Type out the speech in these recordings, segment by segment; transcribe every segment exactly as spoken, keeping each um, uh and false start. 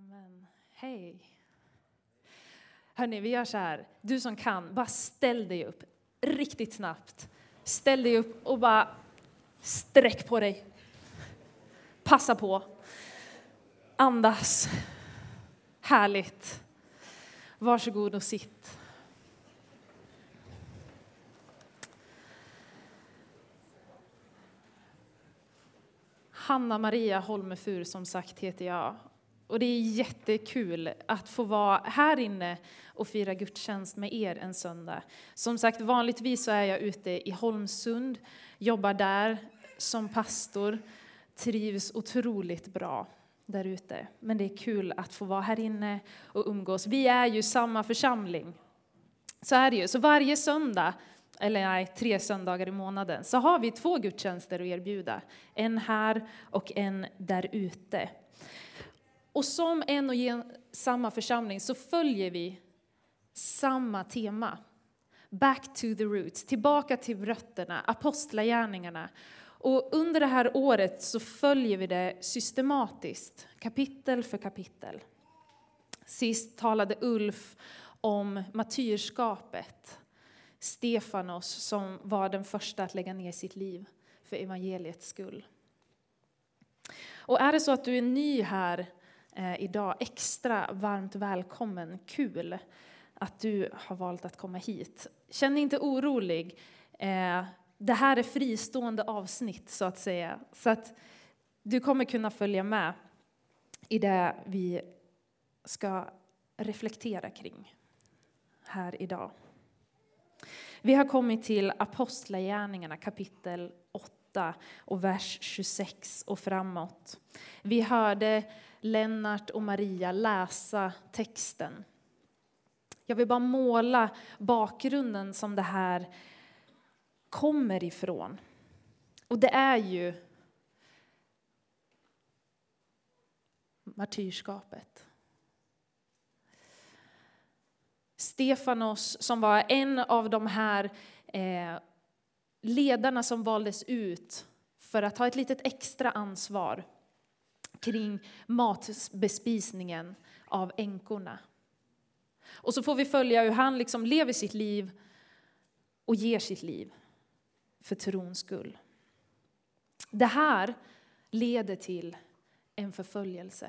Amen. Hej. Hörrni, vi gör så här. Du som kan, bara ställ dig upp. Riktigt snabbt. Ställ dig upp och bara sträck på dig. Passa på. Andas. Härligt. Varsågod och sitt. Hanna Maria Holmefur som sagt heter jag. Och det är jättekul att få vara här inne och fira gudstjänst med er en söndag. Som sagt, vanligtvis så är jag ute i Holmsund, jobbar där som pastor, trivs otroligt bra där ute. Men det är kul att få vara här inne och umgås. Vi är ju samma församling. Så är det ju. Så varje söndag, eller nej, tre söndagar i månaden, så har vi två gudstjänster att erbjuda. En här och en där ute. Och som en och samma församling så följer vi samma tema. Back to the roots, tillbaka till rötterna, apostlagärningarna. Och under det här året så följer vi det systematiskt, kapitel för kapitel. Sist talade Ulf om martyrskapet. Stefanos som var den första att lägga ner sitt liv för evangeliets skull. Och är det så att du är ny här eh, idag, extra varmt välkommen, kul att du har valt att komma hit. Känn inte orolig, eh, det här är fristående avsnitt så att säga. Så att du kommer kunna följa med i det vi ska reflektera kring här idag. Vi har kommit till Apostlagärningarna kapitel åtta och vers tjugosex och framåt. Vi hörde Lennart och Maria läsa texten. Jag vill bara måla bakgrunden som det här kommer ifrån. Och det är ju martyrskapet. Stefanos som var en av de här eh, ledarna som valdes ut för att ha ett litet extra ansvar kring matbespisningen av änkorna. Och så får vi följa hur han liksom lever sitt liv och ger sitt liv för trons skull. Det här leder till en förföljelse.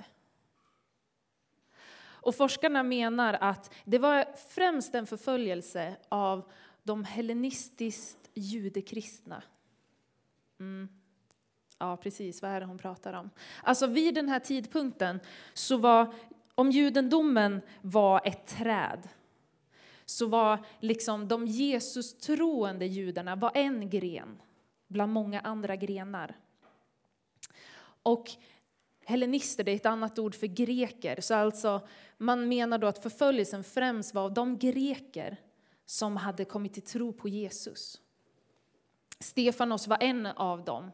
Och forskarna menar att det var främst en förföljelse av de hellenistiskt judekristna. Mm. Ja, precis. Vad är det hon pratar om? Alltså vid den här tidpunkten så var, om judendomen var ett träd, så var liksom de Jesus troende judarna var en gren bland många andra grenar. Och hellenister, det är ett annat ord för greker. Så alltså, man menar då att förföljelsen främst var av de greker som hade kommit till tro på Jesus. Stefanos var en av dem.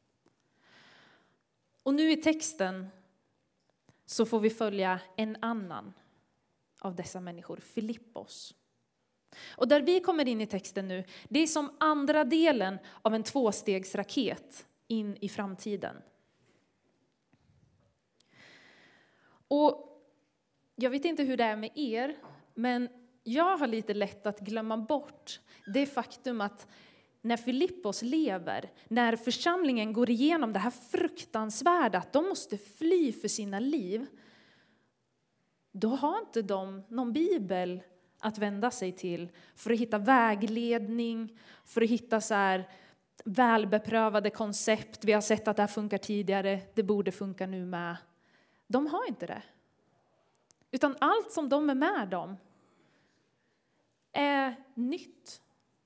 Och nu i texten så får vi följa en annan av dessa människor, Filippos. Och där vi kommer in i texten nu, det är som andra delen av en tvåstegsraket in i framtiden. Och jag vet inte hur det är med er, men jag har lite lätt att glömma bort det faktum att när Filippos lever, när församlingen går igenom det här fruktansvärda, att de måste fly för sina liv, då har inte de någon bibel att vända sig till för att hitta vägledning, för att hitta så här välbeprövade koncept. Vi har sett att det här funkar tidigare, det borde funka nu med. De har inte det. Utan allt som de är med om är nytt.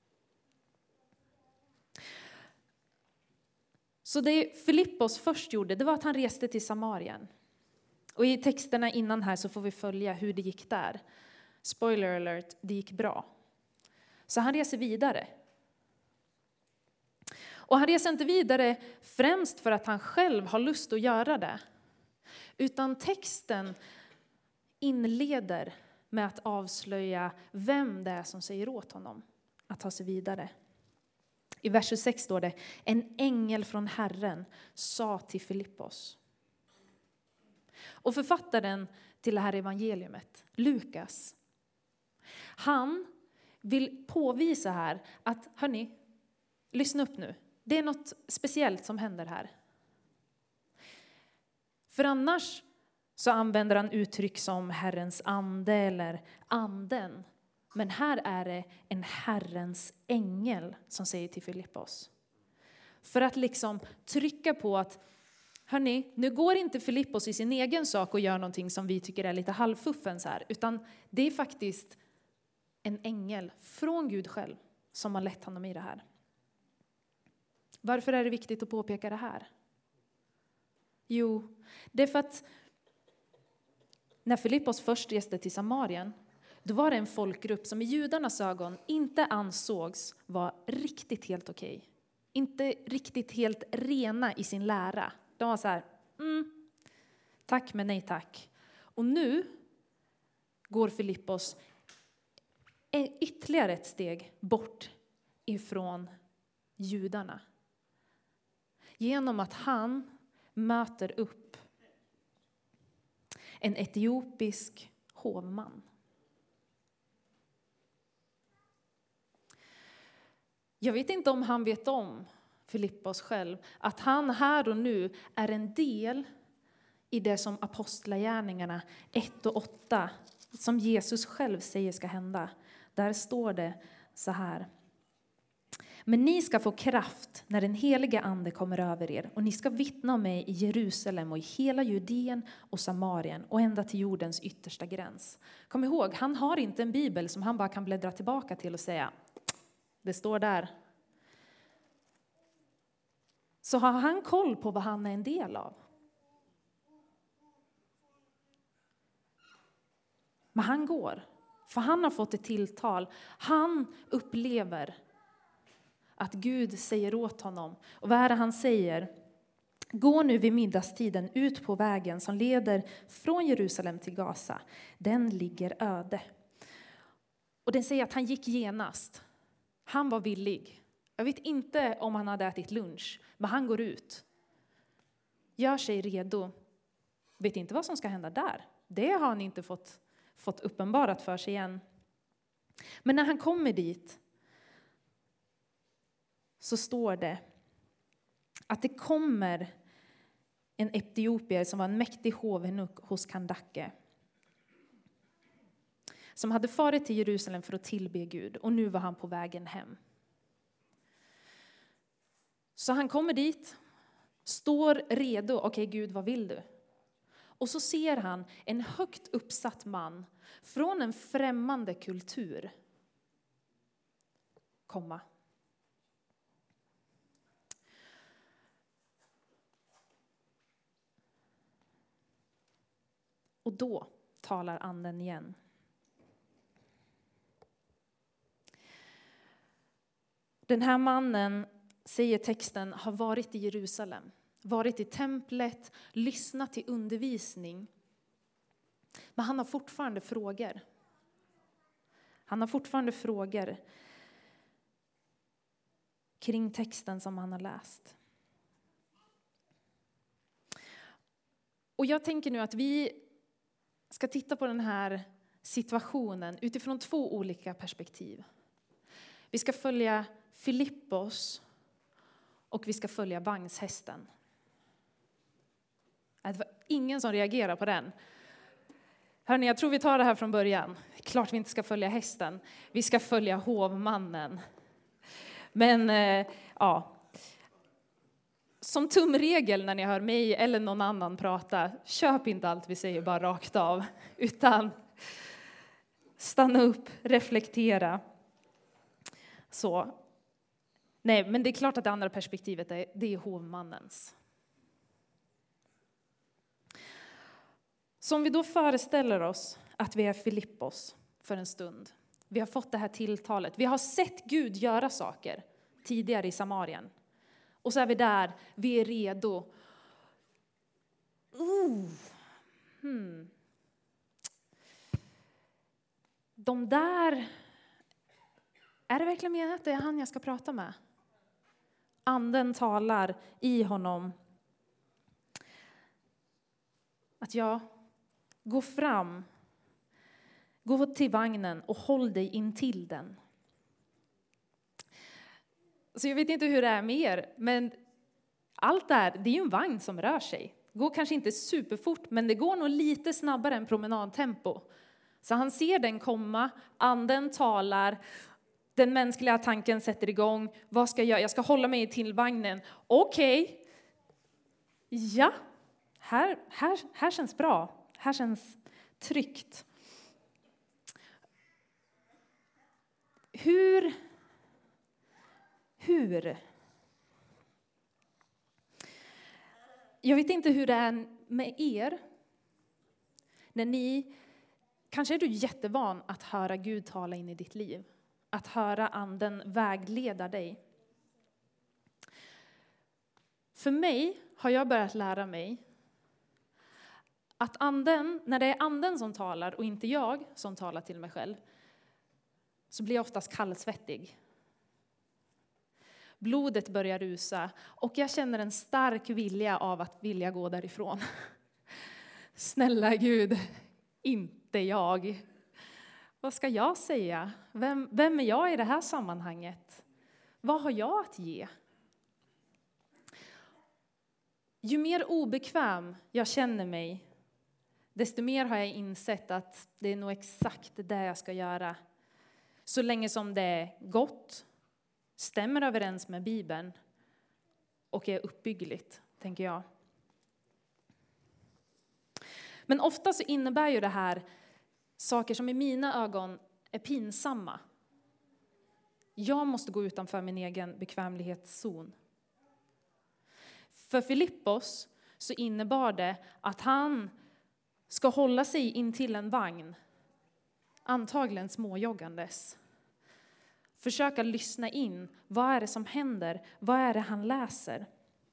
Så det Filippos först gjorde, det var att han reste till Samarien. Och i texterna innan här så får vi följa hur det gick där. Spoiler alert, det gick bra. Så han reser vidare. Och han reser inte vidare främst för att han själv har lust att göra det. Utan texten inleder med att avslöja vem det är som säger åt honom att ta sig vidare. I vers tjugosex står det: en ängel från Herren sa till Filippos. Och författaren till det här evangeliumet, Lukas, han vill påvisa här att, hörni, lyssna upp nu. Det är något speciellt som händer här. För annars så använder han uttryck som Herrens ande eller anden. Men här är det en Herrens ängel som säger till Filippos. För att liksom trycka på att, hörni, nu går inte Filippos i sin egen sak och gör någonting som vi tycker är lite halvfuffens här. Utan det är faktiskt en ängel från Gud själv som har lett honom i det här. Varför är det viktigt att påpeka det här? Jo, det är för att när Filippos först reste till Samarien, då var det en folkgrupp som i judarnas ögon inte ansågs vara riktigt helt okej. Inte riktigt helt rena i sin lära. De var så här, mm, tack men nej tack. Och nu går Filippos ytterligare ett steg bort ifrån judarna. Genom att han möter upp en etiopisk hovman. Jag vet inte om han vet om, Filippos själv, att han här och nu är en del i det som apostlagärningarna ett och åtta, som Jesus själv säger ska hända. Där står det så här. Men ni ska få kraft när den heliga ande kommer över er, och ni ska vittna om mig i Jerusalem och i hela Judeen och Samarien och ända till jordens yttersta gräns. Kom ihåg, han har inte en bibel som han bara kan bläddra tillbaka till och säga, det står där. Så har han koll på vad han är en del av. Men han går, för han har fått ett tilltal. Han upplever att Gud säger åt honom. Och vad är det han säger? Gå nu vid middagstiden ut på vägen som leder från Jerusalem till Gaza. Den ligger öde. Och den säger att han gick genast. Han var villig. Jag vet inte om han hade ätit lunch, men han går ut. Gör sig redo. Vet inte vad som ska hända där. Det har han inte fått, fått uppenbarat för sig än. Men när han kommer dit så står det att det kommer en etiopier som var en mäktig hoveunuck hos Kandake, som hade farit till Jerusalem för att tillbe Gud, och nu var han på vägen hem. Så han kommer dit, står redo. Okej, Gud, vad vill du? Och så ser han en högt uppsatt man från en främmande kultur komma. Och då talar anden igen. Den här mannen, säger texten, har varit i Jerusalem. Varit i templet, lyssnat till undervisning. Men han har fortfarande frågor. Han har fortfarande frågor kring texten som han har läst. Och jag tänker nu att vi ska titta på den här situationen utifrån två olika perspektiv. Vi ska följa Filippos och vi ska följa vagnshästen. Det var ingen som reagerar på den. Hörrni, jag tror vi tar det här från början. Klart vi inte ska följa hästen. Vi ska följa hovmannen. Men eh, ja, som tumregel när ni hör mig eller någon annan prata, köp inte allt vi säger bara rakt av, utan stanna upp, reflektera. Så. Nej, men det är klart att det andra perspektivet är, det är hovmannens. Så om vi då föreställer oss att vi är Filippos för en stund. Vi har fått det här tilltalet. Vi har sett Gud göra saker tidigare i Samarien. Och så är vi där, vi är redo. Uh. Hmm. De där, är det verkligen menat att det är han jag ska prata med? Anden talar i honom. att jag går fram, gå till vagnen och håll dig in till den. Så jag vet inte hur det är med er, men allt där, det är ju en vagn som rör sig. Går kanske inte superfort, men det går nog lite snabbare än promenadtempo. Så han ser den komma, anden talar, den mänskliga tanken sätter igång. Vad ska jag göra? Jag ska hålla mig till vagnen. Okej, okay. Ja, här, här, här känns bra. Här känns tryggt. Hur, hur? Jag vet inte hur det är med er. När ni, kanske är du jättevan att höra Gud tala in i ditt liv. Att höra anden vägleda dig. För mig har jag börjat lära mig att anden, när det är anden som talar och inte jag som talar till mig själv, så blir jag oftast kallsvettig. Blodet börjar rusa och jag känner en stark vilja av att vilja gå därifrån. Snälla Gud, inte jag. Vad ska jag säga? Vem, vem är jag i det här sammanhanget? Vad har jag att ge? Ju mer obekväm jag känner mig, desto mer har jag insett att det är nog exakt det jag ska göra. Så länge som det är gott, stämmer överens med Bibeln och är uppbyggligt, tänker jag. Men ofta så innebär ju det här saker som i mina ögon är pinsamma. Jag måste gå utanför min egen bekvämlighetszon. För Filippos så innebar det att han ska hålla sig in till en vagn, antagligen småjoggandes. Försöka lyssna in, vad är det som händer? Vad är det han läser?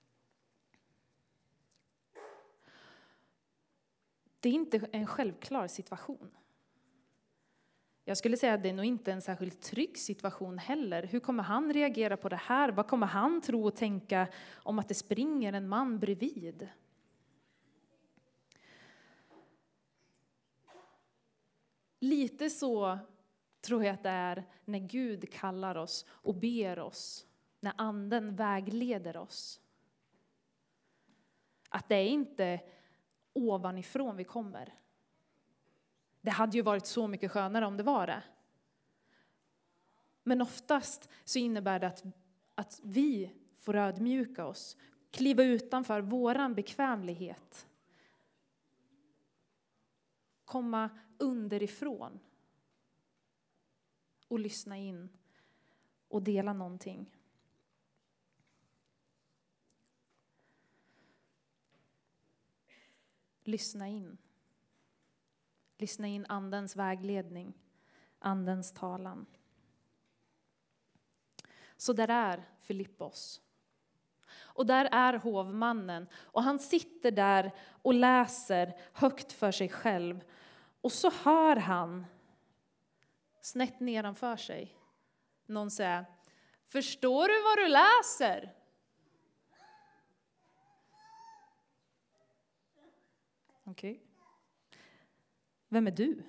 Det är inte en självklar situation. Jag skulle säga att det är nog inte en särskilt trygg situation heller. Hur kommer han reagera på det här? Vad kommer han tro och tänka om att det springer en man bredvid? Lite så tror jag att det är när Gud kallar oss och ber oss. När anden vägleder oss. Att det är inte ovanifrån vi kommer. Det hade ju varit så mycket skönare om det var det. Men oftast så innebär det att, att vi får ödmjuka oss. Kliva utanför våran bekvämlighet. Komma underifrån. Och lyssna in. Och dela någonting. Lyssna in. Lyssna in andens vägledning. Andens talan. Så där är Filippos. Och där är hovmannen. Och han sitter där och läser högt för sig själv. Och så hör han snett nedanför sig någon säga: förstår du vad du läser? Okej. Okay. Vem är du?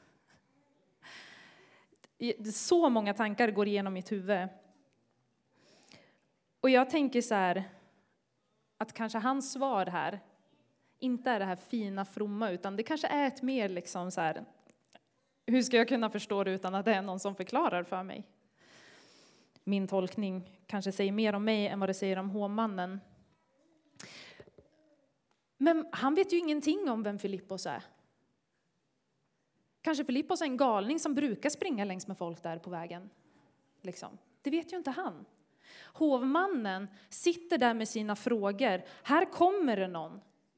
Så många tankar går igenom mitt huvud. Och jag tänker så här, att kanske hans svar här inte är det här fina fromma, utan det kanske är ett mer liksom så här, hur ska jag kunna förstå det utan att det är någon som förklarar för mig? Min tolkning kanske säger mer om mig än vad det säger om hovmannen. Men han vet ju ingenting om vem Filippos är. Kanske Filippos är en galning som brukar springa längs med folk där på vägen. Liksom. Det vet ju inte han. Hovmannen sitter där med sina frågor. Här kommer det någon.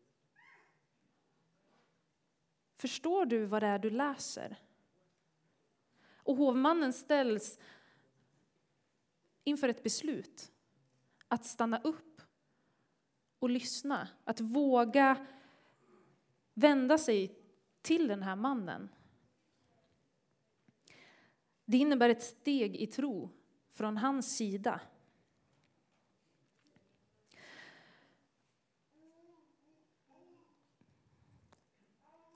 Förstår du vad det är du läser? Och hovmannen ställs inför ett beslut. Att stanna upp och lyssna. Att våga vända sig till den här mannen. Det innebär ett steg i tro från hans sida.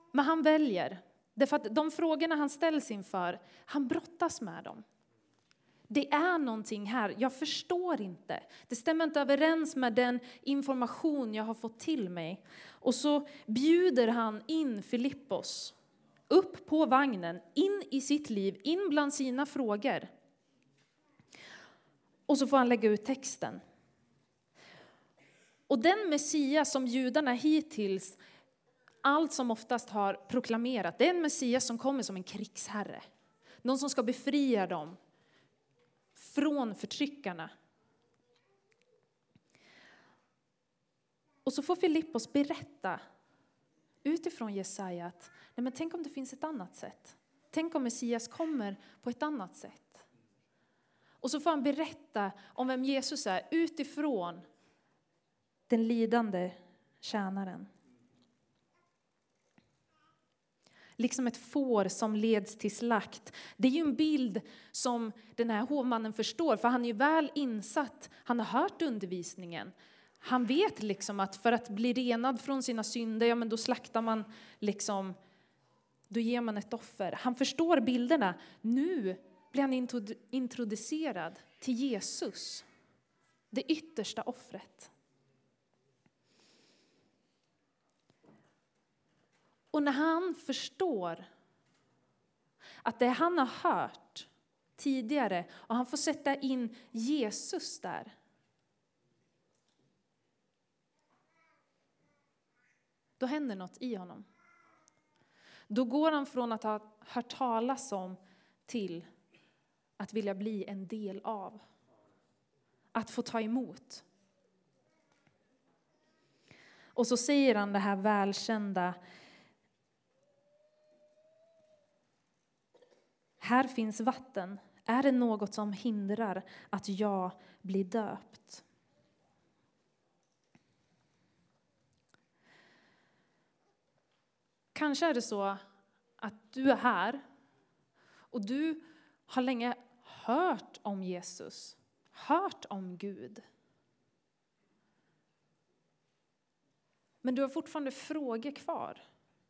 Men han väljer. Därför att de frågorna han ställs inför, han brottas med dem. Det är någonting här, jag förstår inte. Det stämmer inte överens med den information jag har fått till mig. Och så bjuder han in Filippos upp på vagnen, in i sitt liv, in bland sina frågor. Och så får han lägga ut texten. Och den Messias som judarna hittills allt som oftast har proklamerat, det är en Messias som kommer som en krigsherre. Någon som ska befria dem från förtryckarna. Och så får Filippos berätta utifrån Jesaja att nej men tänk om det finns ett annat sätt. Tänk om Messias kommer på ett annat sätt. Och så får han berätta om vem Jesus är utifrån den lidande tjänaren. Liksom ett får som leds till slakt. Det är ju en bild som den här hovmannen förstår. För han är ju väl insatt. Han har hört undervisningen. Han vet liksom att för att bli renad från sina synder, ja men då slaktar man liksom, då ger man ett offer. Han förstår bilderna. Nu blir han introducerad till Jesus. Det yttersta offret. Och när han förstår att det han har hört tidigare och han får sätta in Jesus där. Då händer något i honom. Då går han från att ha hört talas om till att vilja bli en del av. Att få ta emot. Och så säger han det här välkända: här finns vatten. Är det något som hindrar att jag blir döpt? Kanske är det så att du är här och du har länge hört om Jesus, hört om Gud. Men du har fortfarande frågor kvar.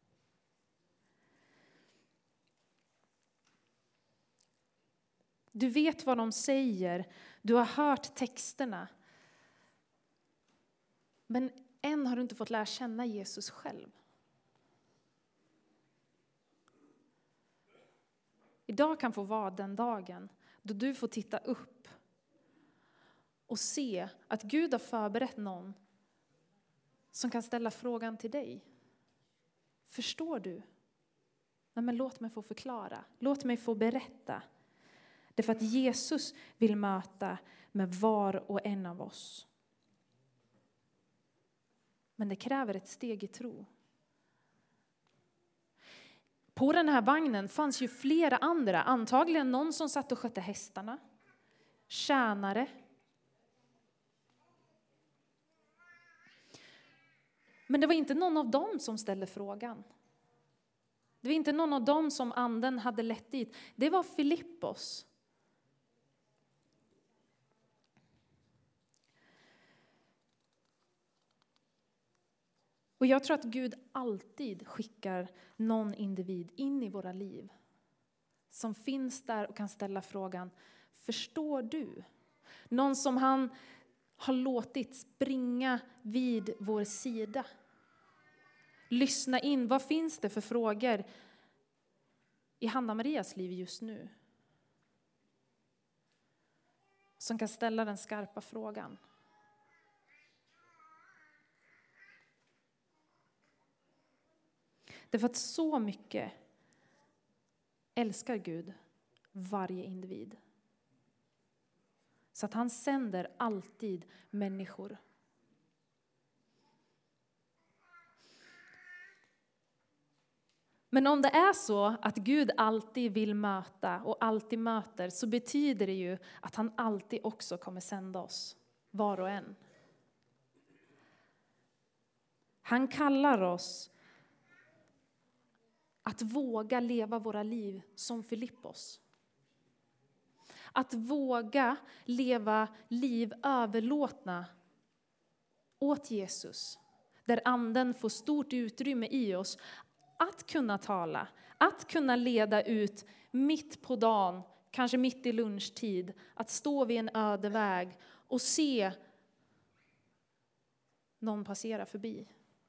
Du vet vad de säger, du har hört texterna. Men än har du inte fått lära känna Jesus själv. Idag kan få vara den dagen då du får titta upp och se att Gud har förberett någon som kan ställa frågan till dig. Förstår du? Nej, men låt mig få förklara. Låt mig få berätta. Därför att Jesus vill möta med var och en av oss. Men det kräver ett steg i tro. På den här vagnen fanns ju flera andra. Antagligen någon som satt och skötte hästarna. Tjänare. Men det var inte någon av dem som ställde frågan. Det var inte någon av dem som anden hade lett dit. Det var Filippos. Och jag tror att Gud alltid skickar någon individ in i våra liv. Som finns där och kan ställa frågan: förstår du? Någon som han har låtit springa vid vår sida. Lyssna in, vad finns det för frågor i Hanna-Marias liv just nu? Som kan ställa den skarpa frågan. Därför att så mycket älskar Gud varje individ. Så att han sänder alltid människor. Men om det är så att Gud alltid vill möta och alltid möter, så betyder det ju att han alltid också kommer sända oss, var och en. Han kallar oss att våga leva våra liv som Filippos. Att våga leva liv överlåtna åt Jesus. Där anden får stort utrymme i oss. Att kunna tala, att kunna leda ut mitt på dagen, kanske mitt i lunchtid, att stå vid en öde väg och se någon passera förbi.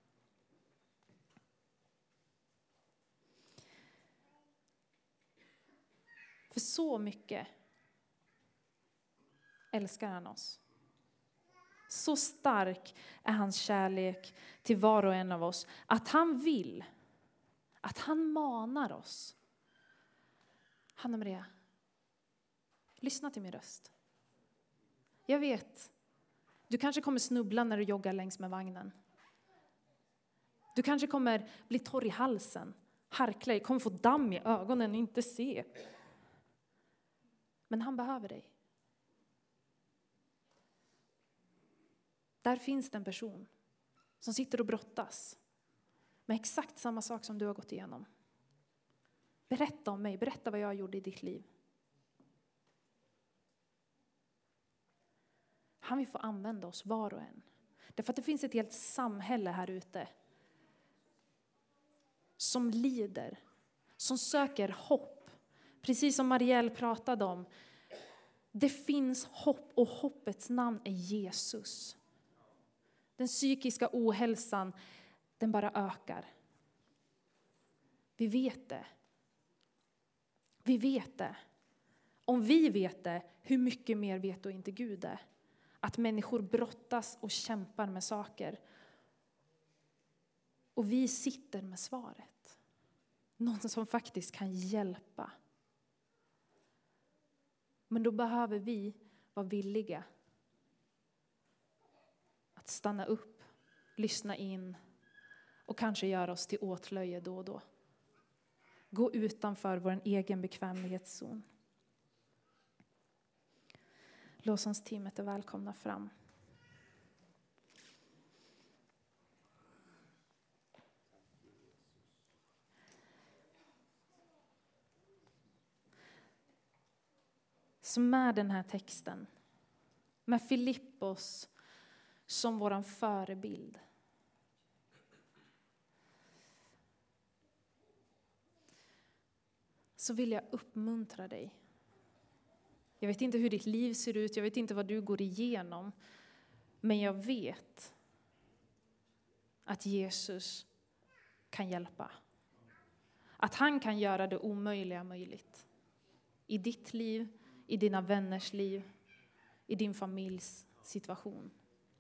För så mycket älskar han oss. Så stark är hans kärlek till var och en av oss att han vill, att han manar oss. Hanna Maria, lyssna till min röst. Jag vet, du kanske kommer snubbla när du joggar längs med vagnen. Du kanske kommer bli torr i halsen, harkla dig, kommer få damm i ögonen och inte se. Men han behöver dig. Där finns det en person som sitter och brottas med exakt samma sak som du har gått igenom. Berätta om mig, berätta vad jag gjorde i ditt liv. Han vill få använda oss var och en. Därför att det finns ett helt samhälle här ute som lider, som söker hopp. Precis som Marielle pratade om. Det finns hopp och hoppets namn är Jesus. Den psykiska ohälsan, den bara ökar. Vi vet det. Vi vet det. Om vi vet det, hur mycket mer vet då inte Gud det? Att människor brottas och kämpar med saker. Och vi sitter med svaret. Någon som faktiskt kan hjälpa. Men då behöver vi vara villiga att stanna upp, lyssna in och kanske göra oss till åtlöje då och då. Gå utanför vår egen bekvämlighetszon. Lovsångsteamet är välkomna fram. Så med den här texten, med Filippos som våran förebild. Så vill jag uppmuntra dig. Jag vet inte hur ditt liv ser ut, jag vet inte vad du går igenom. Men jag vet att Jesus kan hjälpa. Att han kan göra det omöjliga möjligt. I ditt liv, i dina vänners liv, i din familjs situation.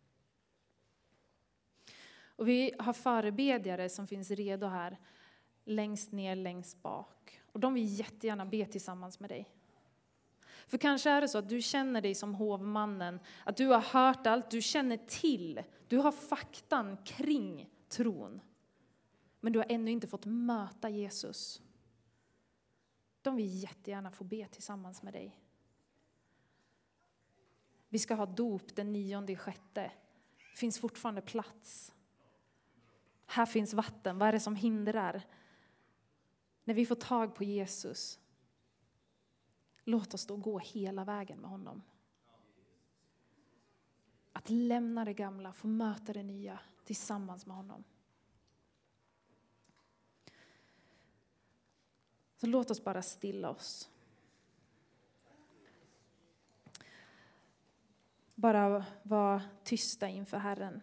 Och vi har förebedjare som finns redo här, längst ner, längst bak. Och de vill jättegärna be tillsammans med dig. För kanske är det så att du känner dig som hovmannen, att du har hört allt, du känner till, du har faktan kring tron. Men du har ännu inte fått möta Jesus. De vill jättegärna få be tillsammans med dig. Vi ska ha dop den nionde i sjätte. Det finns fortfarande plats. Här finns vatten. Vad är det som hindrar? När vi får tag på Jesus, låt oss då gå hela vägen med honom. Att lämna det gamla, få möta det nya tillsammans med honom. Så låt oss bara stilla oss. Bara vara tysta inför Herren.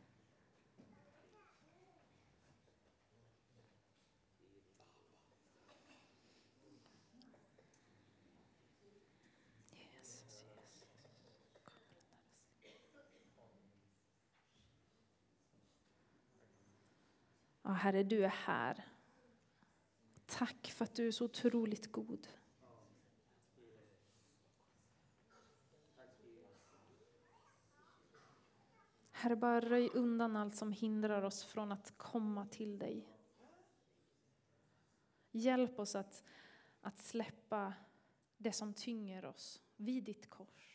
Ja, Herre, du är här. Tack för att du är så otroligt god. Herre, bara röj undan allt som hindrar oss från att komma till dig. Hjälp oss att, att släppa det som tynger oss vid ditt kors.